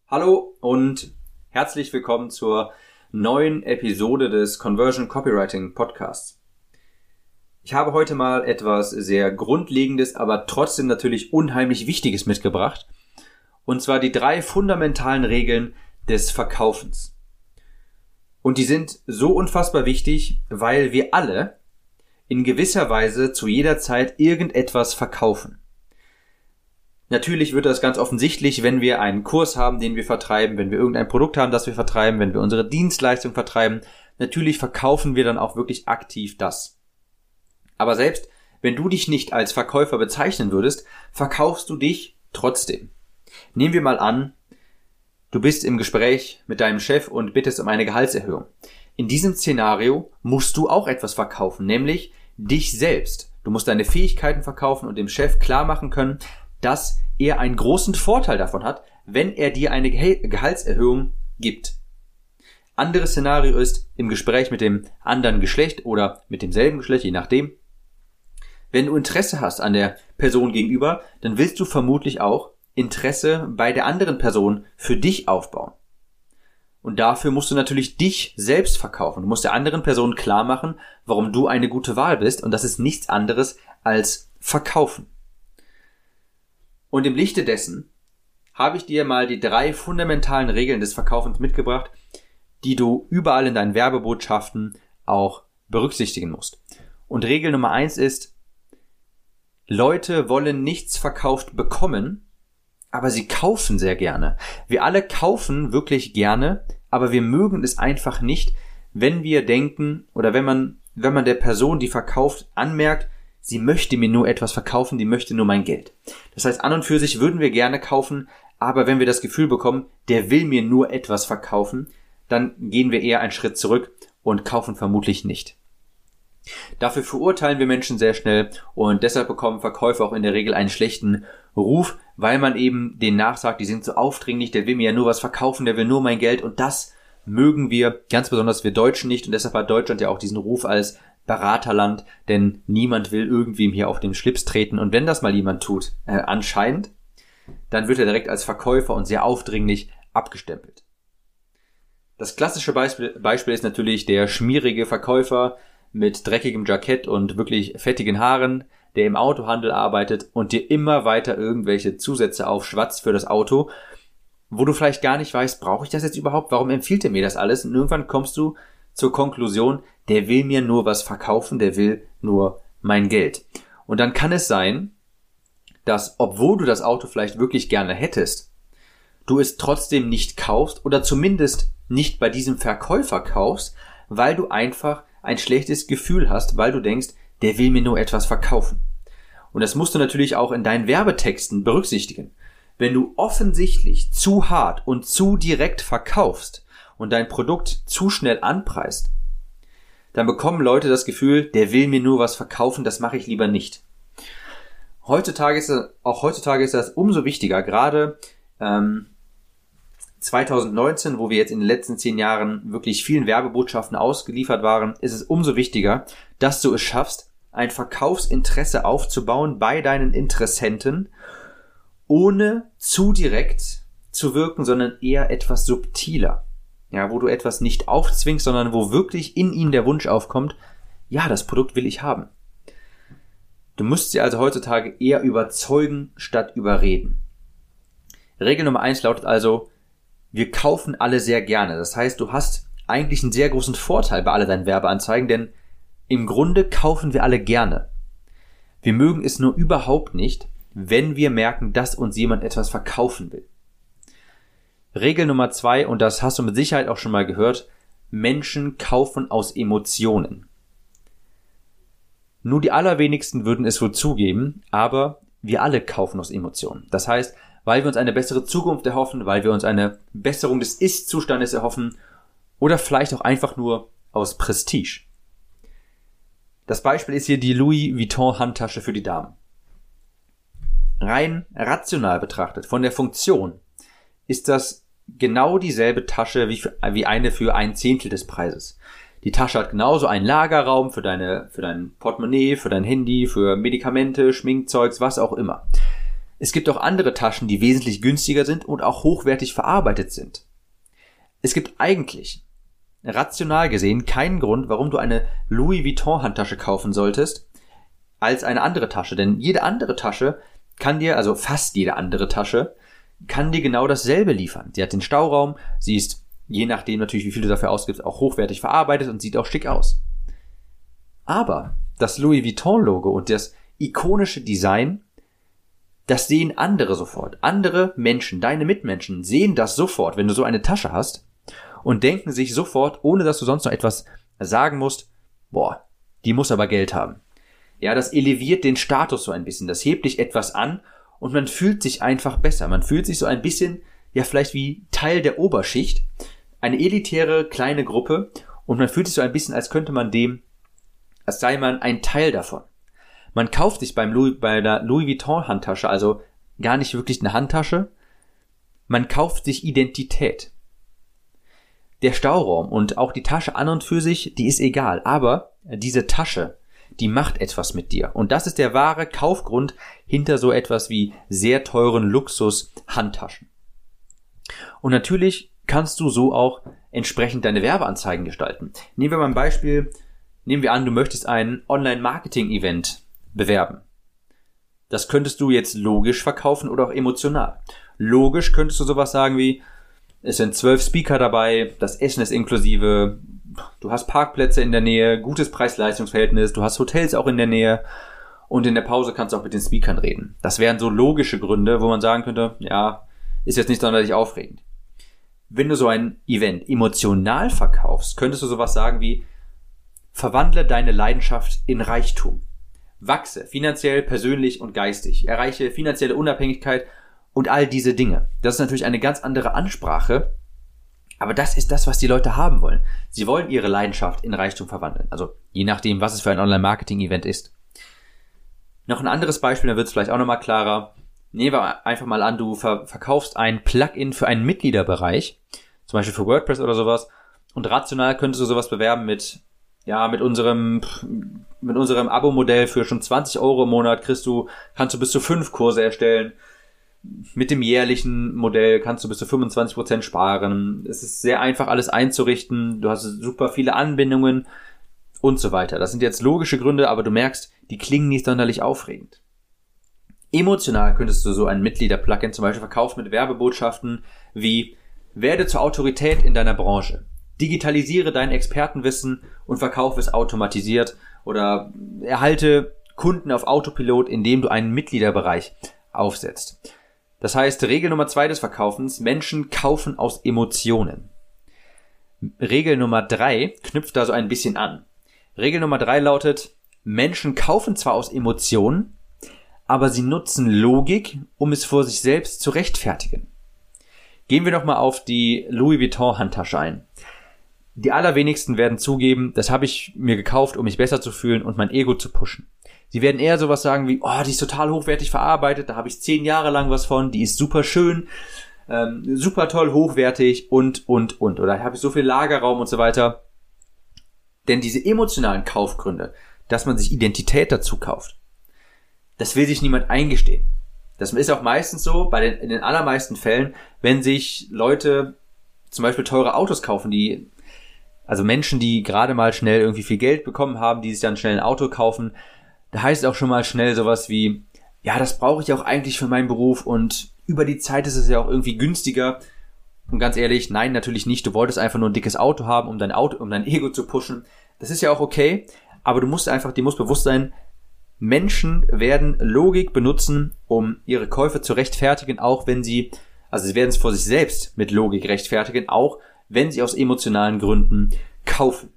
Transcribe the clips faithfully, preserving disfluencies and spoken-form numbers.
Hallo und herzlich willkommen zur neuen Episode des Conversion Copywriting Podcasts. Ich habe heute mal etwas sehr Grundlegendes, aber trotzdem natürlich unheimlich Wichtiges mitgebracht. Und zwar die drei fundamentalen Regeln des Verkaufens. Und die sind so unfassbar wichtig, weil wir alle in gewisser Weise zu jeder Zeit irgendetwas verkaufen. Natürlich wird das ganz offensichtlich, wenn wir einen Kurs haben, den wir vertreiben, wenn wir irgendein Produkt haben, das wir vertreiben, wenn wir unsere Dienstleistung vertreiben. Natürlich verkaufen wir dann auch wirklich aktiv das. Aber selbst wenn du dich nicht als Verkäufer bezeichnen würdest, verkaufst du dich trotzdem. Nehmen wir mal an, du bist im Gespräch mit deinem Chef und bittest um eine Gehaltserhöhung. In diesem Szenario musst du auch etwas verkaufen, nämlich dich selbst. Du musst deine Fähigkeiten verkaufen und dem Chef klar machen können, dass er einen großen Vorteil davon hat, wenn er dir eine Gehaltserhöhung gibt. Anderes Szenario ist im Gespräch mit dem anderen Geschlecht oder mit demselben Geschlecht, je nachdem. Wenn du Interesse hast an der Person gegenüber, dann willst du vermutlich auch Interesse bei der anderen Person für dich aufbauen. Und dafür musst du natürlich dich selbst verkaufen. Du musst der anderen Person klar machen, warum du eine gute Wahl bist, und das ist nichts anderes als verkaufen. Und im Lichte dessen habe ich dir mal die drei fundamentalen Regeln des Verkaufens mitgebracht, die du überall in deinen Werbebotschaften auch berücksichtigen musst. Und Regel Nummer eins ist, Leute wollen nichts verkauft bekommen, aber sie kaufen sehr gerne. Wir alle kaufen wirklich gerne, aber wir mögen es einfach nicht, wenn wir denken oder wenn man, wenn man der Person, die verkauft, anmerkt, sie möchte mir nur etwas verkaufen, die möchte nur mein Geld. Das heißt, an und für sich würden wir gerne kaufen, aber wenn wir das Gefühl bekommen, der will mir nur etwas verkaufen, dann gehen wir eher einen Schritt zurück und kaufen vermutlich nicht. Dafür verurteilen wir Menschen sehr schnell und deshalb bekommen Verkäufer auch in der Regel einen schlechten Ruf, weil man eben denen nachsagt, die sind so aufdringlich, der will mir ja nur was verkaufen, der will nur mein Geld, und das mögen wir, ganz besonders wir Deutschen nicht, und deshalb hat Deutschland ja auch diesen Ruf als Beraterland, denn niemand will irgendwem hier auf den Schlips treten, und wenn das mal jemand tut, äh, anscheinend, dann wird er direkt als Verkäufer und sehr aufdringlich abgestempelt. Das klassische Beispiel, Beispiel ist natürlich der schmierige Verkäufer mit dreckigem Jackett und wirklich fettigen Haaren, der im Autohandel arbeitet und dir immer weiter irgendwelche Zusätze aufschwatzt für das Auto, wo du vielleicht gar nicht weißt, brauche ich das jetzt überhaupt? Warum empfiehlt er mir das alles? Und irgendwann kommst du zur Konklusion, der will mir nur was verkaufen, der will nur mein Geld. Und dann kann es sein, dass, obwohl du das Auto vielleicht wirklich gerne hättest, du es trotzdem nicht kaufst oder zumindest nicht bei diesem Verkäufer kaufst, weil du einfach ein schlechtes Gefühl hast, weil du denkst, der will mir nur etwas verkaufen. Und das musst du natürlich auch in deinen Werbetexten berücksichtigen. Wenn du offensichtlich zu hart und zu direkt verkaufst und dein Produkt zu schnell anpreist, dann bekommen Leute das Gefühl, der will mir nur was verkaufen, das mache ich lieber nicht. Heutzutage ist das, auch heutzutage ist das umso wichtiger, gerade ähm, zwanzig neunzehn, wo wir jetzt in den letzten zehn Jahren wirklich vielen Werbebotschaften ausgeliefert waren, ist es umso wichtiger, dass du es schaffst, ein Verkaufsinteresse aufzubauen bei deinen Interessenten, ohne zu direkt zu wirken, sondern eher etwas subtiler. Ja, wo du etwas nicht aufzwingst, sondern wo wirklich in ihnen der Wunsch aufkommt, ja, das Produkt will ich haben. Du musst sie also heutzutage eher überzeugen, statt überreden. Regel Nummer eins lautet also, wir kaufen alle sehr gerne. Das heißt, du hast eigentlich einen sehr großen Vorteil bei all deinen Werbeanzeigen, denn im Grunde kaufen wir alle gerne. Wir mögen es nur überhaupt nicht, wenn wir merken, dass uns jemand etwas verkaufen will. Regel Nummer zwei, und das hast du mit Sicherheit auch schon mal gehört, Menschen kaufen aus Emotionen. Nur die allerwenigsten würden es wohl zugeben, aber wir alle kaufen aus Emotionen. Das heißt, weil wir uns eine bessere Zukunft erhoffen, weil wir uns eine Besserung des Ist-Zustandes erhoffen oder vielleicht auch einfach nur aus Prestige. Das Beispiel ist hier die Louis Vuitton Handtasche für die Damen. Rein rational betrachtet, von der Funktion, ist das genau dieselbe Tasche wie, für, wie eine für ein Zehntel des Preises. Die Tasche hat genauso einen Lagerraum für deine, für dein Portemonnaie, für dein Handy, für Medikamente, Schminkzeugs, was auch immer. Es gibt auch andere Taschen, die wesentlich günstiger sind und auch hochwertig verarbeitet sind. Es gibt eigentlich, rational gesehen, keinen Grund, warum du eine Louis Vuitton Handtasche kaufen solltest, als eine andere Tasche. Denn jede andere Tasche kann dir, also fast jede andere Tasche, kann dir genau dasselbe liefern. Sie hat den Stauraum, sie ist, je nachdem natürlich, wie viel du dafür ausgibst, auch hochwertig verarbeitet und sieht auch schick aus. Aber das Louis Vuitton-Logo und das ikonische Design, das sehen andere sofort. Andere Menschen, deine Mitmenschen, sehen das sofort, wenn du so eine Tasche hast und denken sich sofort, ohne dass du sonst noch etwas sagen musst, boah, die muss aber Geld haben. Ja, das eleviert den Status so ein bisschen, das hebt dich etwas an und man fühlt sich einfach besser. Man fühlt sich so ein bisschen, ja vielleicht wie Teil der Oberschicht, eine elitäre kleine Gruppe und man fühlt sich so ein bisschen, als könnte man dem, als sei man ein Teil davon. Man kauft sich beim Louis, bei der Louis Vuitton Handtasche also gar nicht wirklich eine Handtasche, man kauft sich Identität. Der Stauraum und auch die Tasche an und für sich, die ist egal, aber diese Tasche, die macht etwas mit dir. Und das ist der wahre Kaufgrund hinter so etwas wie sehr teuren Luxus-Handtaschen. Und natürlich kannst du so auch entsprechend deine Werbeanzeigen gestalten. Nehmen wir mal ein Beispiel, nehmen wir an, du möchtest ein Online-Marketing-Event bewerben. Das könntest du jetzt logisch verkaufen oder auch emotional. Logisch könntest du sowas sagen wie, es sind zwölf Speaker dabei, das Essen ist inklusive, du hast Parkplätze in der Nähe, gutes Preis-Leistungs-Verhältnis, du hast Hotels auch in der Nähe und in der Pause kannst du auch mit den Speakern reden. Das wären so logische Gründe, wo man sagen könnte, ja, ist jetzt nicht sonderlich aufregend. Wenn du so ein Event emotional verkaufst, könntest du sowas sagen wie, verwandle deine Leidenschaft in Reichtum. Wachse finanziell, persönlich und geistig. Erreiche finanzielle Unabhängigkeit und all diese Dinge. Das ist natürlich eine ganz andere Ansprache, aber das ist das, was die Leute haben wollen. Sie wollen ihre Leidenschaft in Reichtum verwandeln. Also je nachdem, was es für ein Online-Marketing-Event ist. Noch ein anderes Beispiel, dann wird es vielleicht auch nochmal klarer. Nehmen wir einfach mal an, du ver- verkaufst ein Plugin für einen Mitgliederbereich, zum Beispiel für WordPress oder sowas, und rational könntest du sowas bewerben mit, ja, mit unserem, mit unserem Abo-Modell für schon zwanzig Euro im Monat kriegst du, kannst du bis zu fünf Kurse erstellen. Mit dem jährlichen Modell kannst du bis zu fünfundzwanzig Prozent sparen. Es ist sehr einfach alles einzurichten. Du hast super viele Anbindungen und so weiter. Das sind jetzt logische Gründe, aber du merkst, die klingen nicht sonderlich aufregend. Emotional könntest du so ein Mitglieder-Plugin zum Beispiel verkaufen mit Werbebotschaften wie werde zur Autorität in deiner Branche. Digitalisiere dein Expertenwissen und verkaufe es automatisiert oder erhalte Kunden auf Autopilot, indem du einen Mitgliederbereich aufsetzt. Das heißt, Regel Nummer zwei des Verkaufens, Menschen kaufen aus Emotionen. Regel Nummer drei knüpft da so ein bisschen an. Regel Nummer drei lautet, Menschen kaufen zwar aus Emotionen, aber sie nutzen Logik, um es vor sich selbst zu rechtfertigen. Gehen wir nochmal auf die Louis Vuitton Handtasche ein. Die allerwenigsten werden zugeben, das habe ich mir gekauft, um mich besser zu fühlen und mein Ego zu pushen. Sie werden eher sowas sagen wie, oh, die ist total hochwertig verarbeitet, da habe ich zehn Jahre lang was von, die ist super schön, ähm, super toll, hochwertig und, und, und. Oder habe ich so viel Lagerraum und so weiter. Denn diese emotionalen Kaufgründe, dass man sich Identität dazu kauft, das will sich niemand eingestehen. Das ist auch meistens so, bei den, in den allermeisten Fällen, wenn sich Leute zum Beispiel teure Autos kaufen, die, also Menschen, die gerade mal schnell irgendwie viel Geld bekommen haben, die sich dann schnell ein Auto kaufen, da heißt es auch schon mal schnell sowas wie, ja, das brauche ich auch eigentlich für meinen Beruf und über die Zeit ist es ja auch irgendwie günstiger. Und ganz ehrlich, nein, natürlich nicht. Du wolltest einfach nur ein dickes Auto haben, um dein Auto, um dein Ego zu pushen. Das ist ja auch okay, aber du musst einfach, dir muss bewusst sein, Menschen werden Logik benutzen, um ihre Käufe zu rechtfertigen, auch wenn sie, also sie werden es vor sich selbst mit Logik rechtfertigen, auch wenn sie aus emotionalen Gründen kaufen.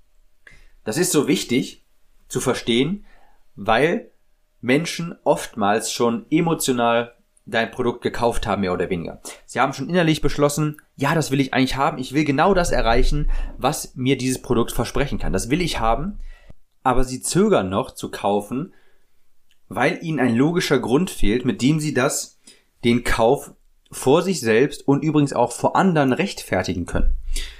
Das ist so wichtig zu verstehen, weil Menschen oftmals schon emotional dein Produkt gekauft haben, mehr oder weniger. Sie haben schon innerlich beschlossen, ja, das will ich eigentlich haben, ich will genau das erreichen, was mir dieses Produkt versprechen kann. Das will ich haben, aber sie zögern noch zu kaufen, weil ihnen ein logischer Grund fehlt, mit dem sie das, den Kauf vor sich selbst und übrigens auch vor anderen rechtfertigen können.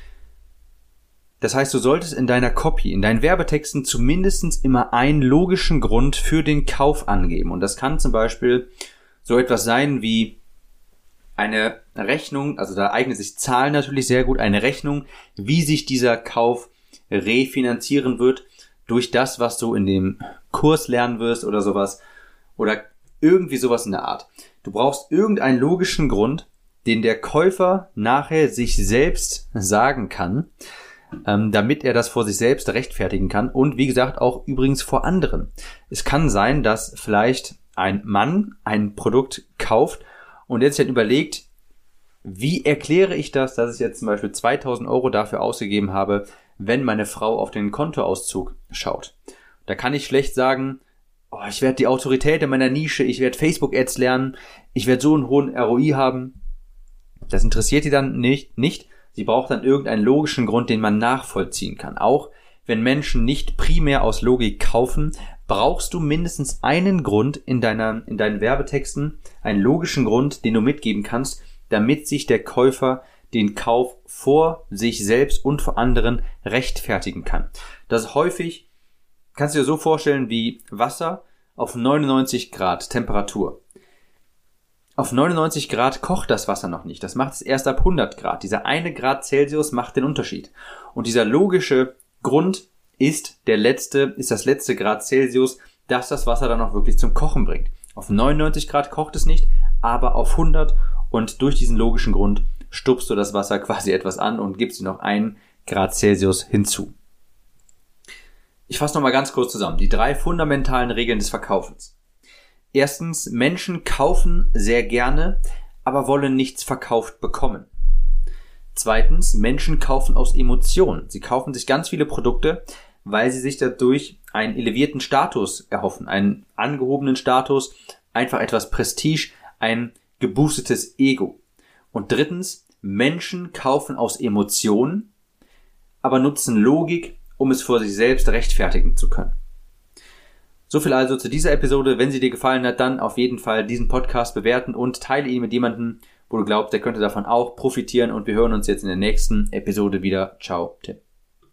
Das heißt, du solltest in deiner Copy, in deinen Werbetexten zumindest immer einen logischen Grund für den Kauf angeben. Und das kann zum Beispiel so etwas sein wie eine Rechnung, also da eignet sich Zahlen natürlich sehr gut, eine Rechnung, wie sich dieser Kauf refinanzieren wird durch das, was du in dem Kurs lernen wirst oder sowas oder irgendwie sowas in der Art. Du brauchst irgendeinen logischen Grund, den der Käufer nachher sich selbst sagen kann, ähm, damit er das vor sich selbst rechtfertigen kann und wie gesagt auch übrigens vor anderen. Es kann sein, dass vielleicht ein Mann ein Produkt kauft und jetzt halt überlegt, wie erkläre ich das, dass ich jetzt zum Beispiel zweitausend Euro dafür ausgegeben habe, wenn meine Frau auf den Kontoauszug schaut. Da kann ich schlecht sagen, oh, ich werde die Autorität in meiner Nische, ich werde Facebook-Ads lernen, ich werde so einen hohen R O I haben. Das interessiert die dann nicht, nicht. Sie braucht dann irgendeinen logischen Grund, den man nachvollziehen kann. Auch wenn Menschen nicht primär aus Logik kaufen, brauchst du mindestens einen Grund in deiner, in deinen Werbetexten, einen logischen Grund, den du mitgeben kannst, damit sich der Käufer den Kauf vor sich selbst und vor anderen rechtfertigen kann. Das ist häufig, kannst du dir so vorstellen wie Wasser auf neunundneunzig Grad Temperatur. Auf neunundneunzig Grad kocht das Wasser noch nicht. Das macht es erst ab hundert Grad. Dieser eine Grad Celsius macht den Unterschied. Und dieser logische Grund ist der letzte, ist das letzte Grad Celsius, das das Wasser dann auch wirklich zum Kochen bringt. Auf neunundneunzig Grad kocht es nicht, aber auf hundert und durch diesen logischen Grund stupst du das Wasser quasi etwas an und gibst ihm noch ein Grad Celsius hinzu. Ich fasse nochmal ganz kurz zusammen. Die drei fundamentalen Regeln des Verkaufens. Erstens, Menschen kaufen sehr gerne, aber wollen nichts verkauft bekommen. Zweitens, Menschen kaufen aus Emotionen. Sie kaufen sich ganz viele Produkte, weil sie sich dadurch einen elevierten Status erhoffen, einen angehobenen Status, einfach etwas Prestige, ein geboostetes Ego. Und drittens, Menschen kaufen aus Emotionen, aber nutzen Logik, um es vor sich selbst rechtfertigen zu können. So viel also zu dieser Episode. Wenn sie dir gefallen hat, dann auf jeden Fall diesen Podcast bewerten und teile ihn mit jemandem, wo du glaubst, der könnte davon auch profitieren. Und wir hören uns jetzt in der nächsten Episode wieder. Ciao, Tim.